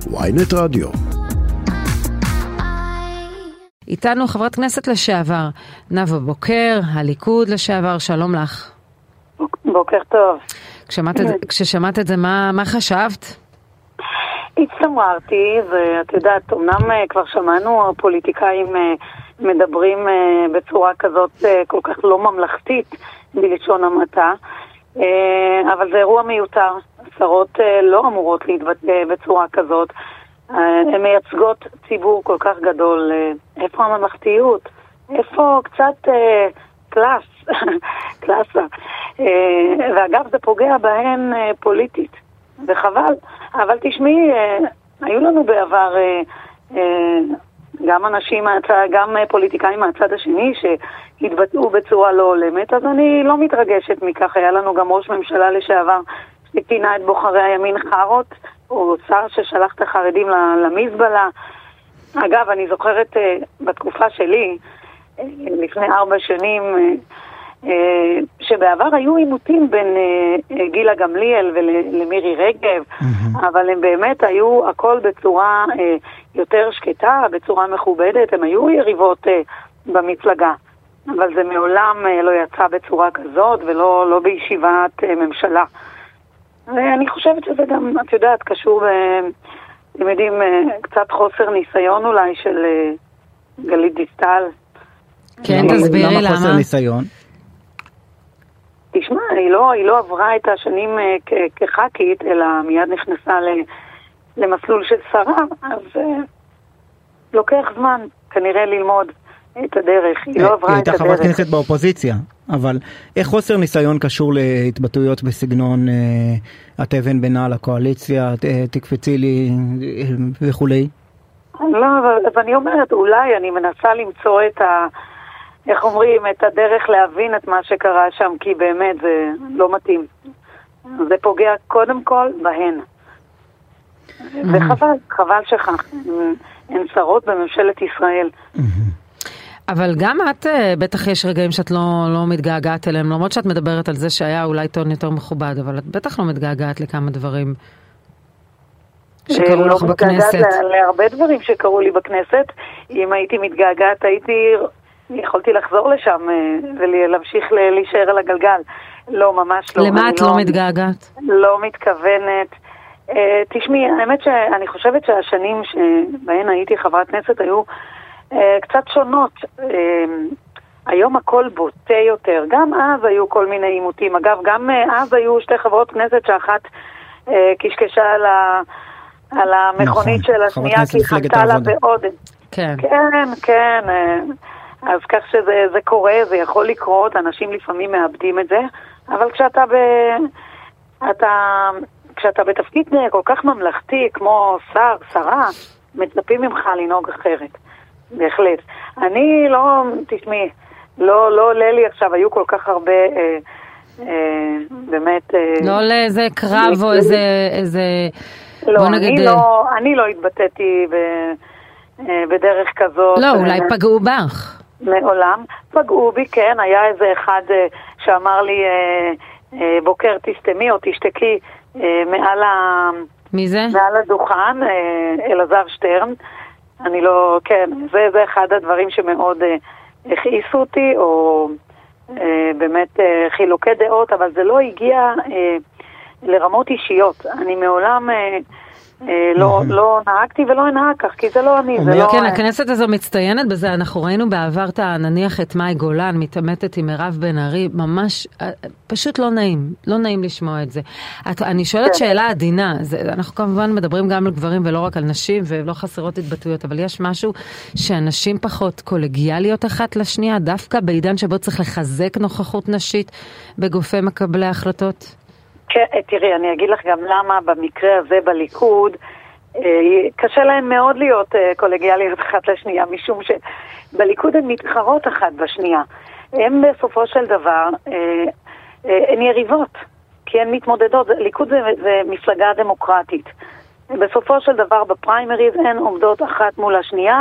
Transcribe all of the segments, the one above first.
ynet רדיו. איתנו חברת כנסת לשעבר, נאוה בוקר, הליכוד לשעבר, שלום לך. בוקר טוב. כששמעת את זה, מה חשבת? הצטמררתי, ואת יודעת, אמנם כבר שמענו פוליטיקאים מדברים בצורה כזאת כל כך לא ממלכתית בלשון המעטה, אבל זה אירוע מיותר. שרות לא אמורות להתבטא בצורה כזאת. הן מייצגות ציבור כל כך גדול. איפה הממלכתיות? איפה קצת קלאסה? ואגב, זה פוגע בהן פוליטית. וחבל. אבל תשמעי, היו לנו בעבר גם אנשים, גם פוליטיקאים מהצד השני שהתבטאו בצורה לא הולמת, אז אני לא מתרגשת מכך. היה לנו גם ראש ממשלה לשעבר שכינה את בוחרי הימין חרות, או שר ששלח את החרדים למזבלה. אגב, אני זוכרת בתקופה שלי, לפני 4 שנים, שבעבר היו עימותים בין גילה גמליאל ולמירי רגב, אבל הם באמת היו הכל בצורה יותר שקטה, בצורה מכובדת. הם היו יריבות במפלגה, אבל זה מעולם לא יצא בצורה כזאת ולא בישיבת ממשלה. ואני חושבת שזה גם, את יודעת, קשור אתם יודעים, קצת חוסר ניסיון אולי של גלית דיסטל. כן, תסבירי למה. למה חוסר ניסיון? תשמע, היא לא עברה את השנים כח"כית, אלא מיד נכנסה למסלול של שרה, אז לוקח זמן כנראה ללמוד את הדרך. היא לא עברה את הדרך. היא הייתה חברת כנסת באופוזיציה, אבל איך חוסר ניסיון קשור להתבטאויות בסגנון התבן בינה לקואליציה, תקפצי לי וכולי? לא, אבל אני אומרת, אולי אני מנסה למצוא איך אומרים, את הדרך להבין את מה שקרה שם, כי באמת זה לא מתאים. זה פוגע קודם כל בהן. וחבל שכך. הן שרות בממשלת ישראל. אבל גם את, בטח יש רגעים שאת לא מתגעגעת אליהם, למרות שאת מדברת על זה שהיה אולי טון יותר מכובד, אבל את בטח לא מתגעגעת לכמה דברים שקרו לך בכנסת. לא מתגעגעת להרבה דברים שקרו לי בכנסת. אם הייתי מתגעגעת, יכולתי לחזור לשם ולהמשיך להישאר על הגלגל. לא, ממש לא. למה את לא מתגעגעת? לא מתכוונת. תשמעי, האמת שאני חושבת שהשנים שבהן הייתי חברת כנסת היו קצת שונות. היום הכל בוטה יותר. גם אז היו כל מיני עימותים. אגב, גם אז היו 2 חברות כנסת שאחת קשקשה על המכונית של השנייה, כי חכתה לה בעודן. כן. כן. אז כך שזה קורה, זה יכול לקרות, אנשים לפעמים מאבדים את זה, אבל כשאתה בתפקיד כל כך ממלכתי, כמו שר, שרה, מצפים ממך לנהוג אחרת. בהחלט. אני לא, תשמעי, לא עולה לי עכשיו, היו כל כך הרבה, באמת... לא לאיזה קרב או איזה... לא, אני לא התבטאתי בדרך כזאת. לא, אולי פגעו בך. מעולם. פגעו בי, כן. היה איזה אחד שאמר לי, בוקר תסתמי או תשתקי מעל הדוכן, אלעזר שטרן. אני לא, כן, זה אחד הדברים שמאוד הכעיסו אותי, או באמת חילוקי דעות, אבל זה לא הגיע לרמות אישיות. אני מעולם לא נהגתי ולא אנהג כך, כי זה לא אני. כן, הכנסת הזו מצטיינת בזה. אנחנו ראינו בעבר נניח את מאי גולן מתעמתת עם מירב בן ארי, ממש פשוט לא נעים לשמוע את זה. אני שואלת שאלה עדינה, אנחנו כמובן מדברים גם על גברים ולא רק על נשים, ולא חסרות התבטאויות, אבל יש משהו שאנשים פחות קולגיאליות אחת לשנייה, דווקא בעידן שבו צריך לחזק נוכחות נשית בגופי מקבלי ההחלטות? כן, תראי, אני אגיד לך גם למה במקרה הזה בליכוד קשה להם מאוד להיות קולגיאליות אחת לשנייה, משום שבליכוד הן מתחרות אחת בשנייה. הן בסופו של דבר הן יריבות, כי הן מתמודדות. ליכוד זה מפלגה דמוקרטית. בסופו של דבר בפריימריז הן עומדות אחת מול השנייה,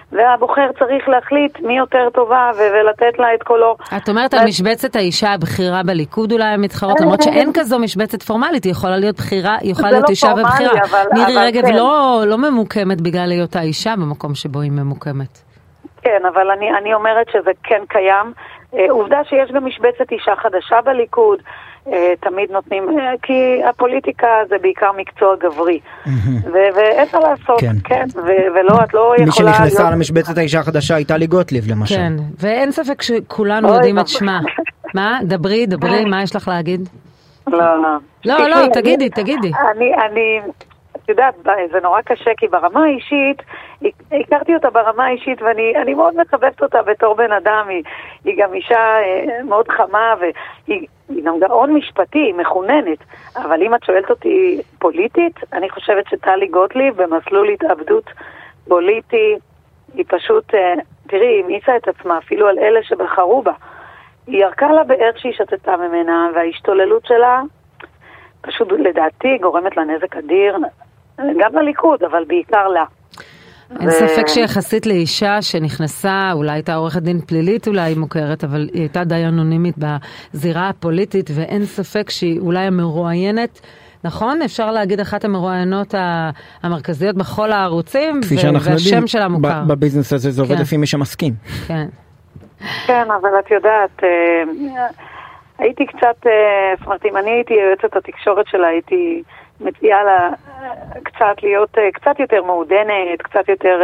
והבוחר צריך להחליט מי יותר טובה ולתת לה את קולו. את אומרת על משבצת האישה הבכירה בליכוד אולי המתחרות, למרות שאין כזו משבצת פורמלית, היא יכולה להיות בחירה, היא יכולה להיות אישה בבחירה. מירי רגב לא ממוקמת בגלל היותה אישה במקום שבו היא ממוקמת. כן, אבל אני אומרת שזה כן קיים. עובדה שיש גם משבצת אישה חדשה בליכוד, תמיד נותנים, כי הפוליטיקה זה בעיקר מקצוע גברי. ואין מה לעשות, כן, ולא, את לא יכולה... מי שנכנסה למשבצת האישה החדשה הייתה לי גוטליב, למשל. כן, ואין ספק שכולנו יודעים את שמה. מה? דברי, מה יש לך להגיד? לא, תגידי. אני... את יודעת, זה נורא קשה, כי ברמה האישית, הכרתי אותה ברמה האישית, ואני מאוד מחבבת אותה בתור בן אדם, היא גם אישה מאוד חמה, והיא גם גאון משפטי, היא מחוננת, אבל אם את שואלת אותי פוליטית, אני חושבת שטלי גוטליב במסלול התאבדות פוליטי, היא פשוט, תראי, היא המעיצה את עצמה, אפילו על אלה שבחרו בה. היא ירקה לה בערך שהיא שתתה ממנה, וההשתוללות שלה, פשוט לדעתי גורמת לה נזק אדיר, גם לליכוד, אבל בעיקר לה. אין ספק שיחסית לאישה שנכנסה, אולי הייתה עורכת דין פלילית, אולי היא מוכרת, אבל היא הייתה די אנונימית בזירה הפוליטית, ואין ספק שהיא אולי המרואיינת, נכון? אפשר להגיד אחת המרואיינות המרכזיות בכל הערוצים, והשם שלה מוכר. בביזנס הזה זה עובד לפי מי שמסכים. כן. כן, אבל את יודעת... הייתי קצת, זאת אומרת, אם אני הייתי יועצת התקשורת שלה, הייתי מציעה לה קצת להיות קצת יותר מעודנת, קצת יותר...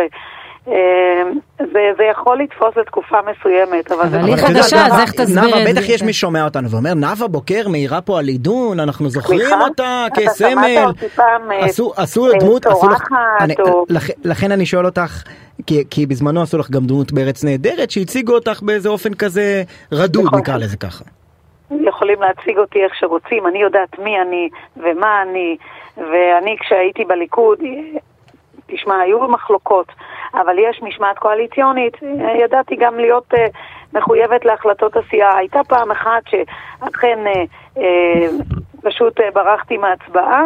זה יכול לתפוס לתקופה מסוימת, אבל היא חדשה, אז איך תסביר את זה? בטח יש מי שומע אותנו ואומר, נאוה בוקר מהירה פה על עידון, אנחנו זוכרים אותה כסמל, עשו דמות, לכן אני שואל אותך, כי בזמנו עשו לך גם דמות בארץ נהדרת, שהציגו אותך באיזה אופן כזה רדוד, נקרא לזה ככה. יכולים להציג אותי איך שרוצים, אני יודעת מי אני ומה אני, ואני כשהייתי בליכוד, תשמע, היו מחלוקות, אבל יש משמעת קואליציונית, ידעתי גם להיות מחויבת להחלטות עשייה. הייתה פעם אחת שאכן פשוט ברחתי מהצבעה,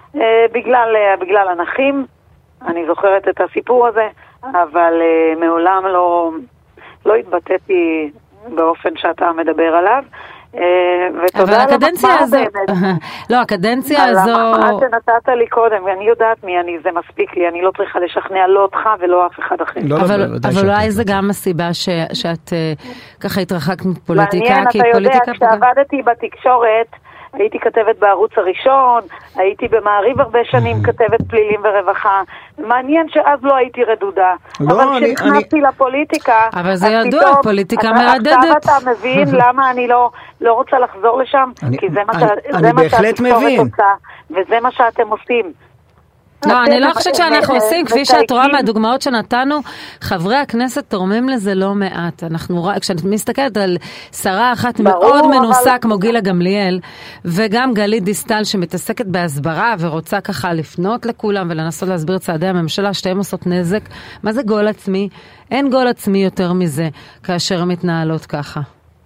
בגלל הנכים, אני זוכרת את הסיפור הזה, אבל מעולם לא התבטאתי באופן שאתה מדבר עליו. אבל הקדנציה הזו, לא, הקדנציה הזו... מה שנתת לי קודם, ואני יודעת מי אני, זה מספיק לי, אני לא צריכה לשכנע לא אותך ולא אף אחד אחר. אבל אולי זה גם הסיבה שאת ככה התרחקת מפוליטיקה, כי פוליטיקה... מעניין, אתה יודע, כשעבדתי בתקשורת, הייתי כתבת בערוץ הראשון, הייתי במעריב הרבה שנים כתבת פלילים ורווחה. מעניין שאז לא הייתי רדודה. אבל כשנכנסתי לפוליטיקה... אבל זה ידוע, פוליטיקה מרדדת. עכשיו אתה מבין למה אני לא רוצה לחזור לשם? כי זה מה שהתקשורת עושה, וזה מה שאתם עושים. לא, אני לא חושבת שאנחנו עושים, כפי שאת רואה מהדוגמאות שנתנו, חברי הכנסת תורמים לזה לא מעט. כשאת מסתכלת על שרה אחת מאוד מנוסה כמו גילה גמליאל, וגם גלית דיסטל שמתעסקת בהסברה ורוצה ככה לפנות לכולם ולנסות להסביר צעדי הממשלה, שתיהם עושות נזק. מה זה גול עצמי? אין גול עצמי יותר מזה כאשר מתנהלות ככה.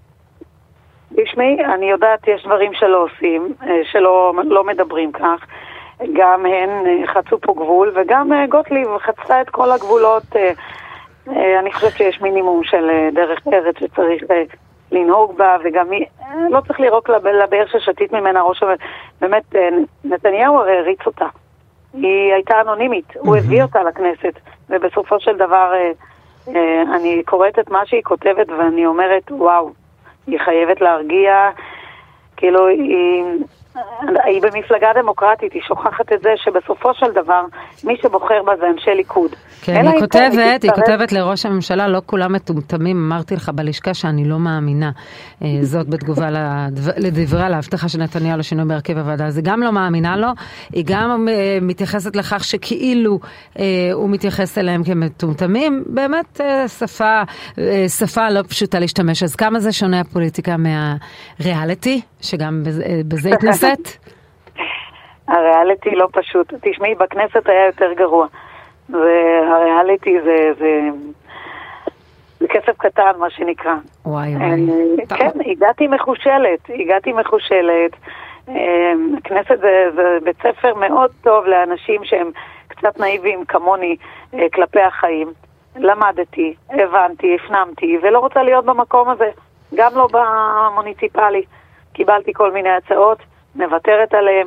תשמעי, אני יודעת, יש דברים שלא עושים, שלא מדברים כך. גם הן חצו פה גבול, וגם גוטליב חצה את כל הגבולות. אני חושבת שיש מינימום של דרך ארץ שצריך לנהוג בה, וגם לא צריך לירוק לבאר ששתית ממנה ראש. באמת, נתניהו הרי הריץ אותה. היא הייתה אנונימית, הוא הביא אותה לכנסת, ובסופו של דבר אני קוראת את מה שהיא כותבת, ואני אומרת, וואו, היא חייבת להרגיע, כאילו היא במפלגה דמוקרטית, היא שוכחת את זה שבסופו של דבר מי שבוחר בה זה אנשי ליכוד. כן, היא כותבת לראש הממשלה, לא כולם מטומטמים, אמרתי לך בלשכה שאני לא מאמינה. זאת בתגובה לדברה להבטחה של נתניהו לשינוי בהרכב הוועדה. זה גם לא מאמינה לו, היא גם מתייחסת לכך שכאילו הוא מתייחס אליהם כמטומטמים, באמת שפה לא פשוטה להשתמש. אז כמה זה שונה הפוליטיקה מהריאליטי, שגם בזה התנסית? הריאליטי לא פשוט. תשמעי, בכנסת היה יותר גרוע. והריאליטי זה כסף קטן, מה שנקרא. וואי. כן, הגעתי מחושלת. הכנסת זה בית ספר מאוד טוב לאנשים שהם קצת נאיביים כמוני כלפי החיים. למדתי, הבנתי, הפנמתי, ולא רוצה להיות במקום הזה, גם לא במוניציפלי. קיבלתי כל מיני הצעות, מוותרת עליהם,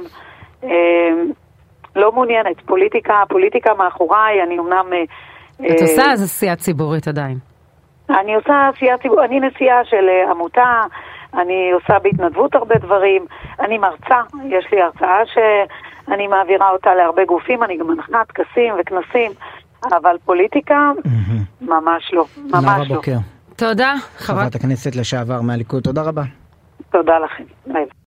לא מעוניינת. פוליטיקה מאחוריי, אני אמנם... את עושה אז עשייה ציבורית עדיין? אני עושה עשייה ציבורית, אני נשיאה של עמותה, אני עושה בהתנדבות הרבה דברים, אני מרצה, יש לי הרצאה שאני מעבירה אותה להרבה גופים, אני גם מנחת טקסים וכנסים, אבל פוליטיקה, ממש לא, ממש לא. בוקר. תודה, חברת הכנסת לשעבר מהליכוד, תודה רבה. תודה לכם. ביי.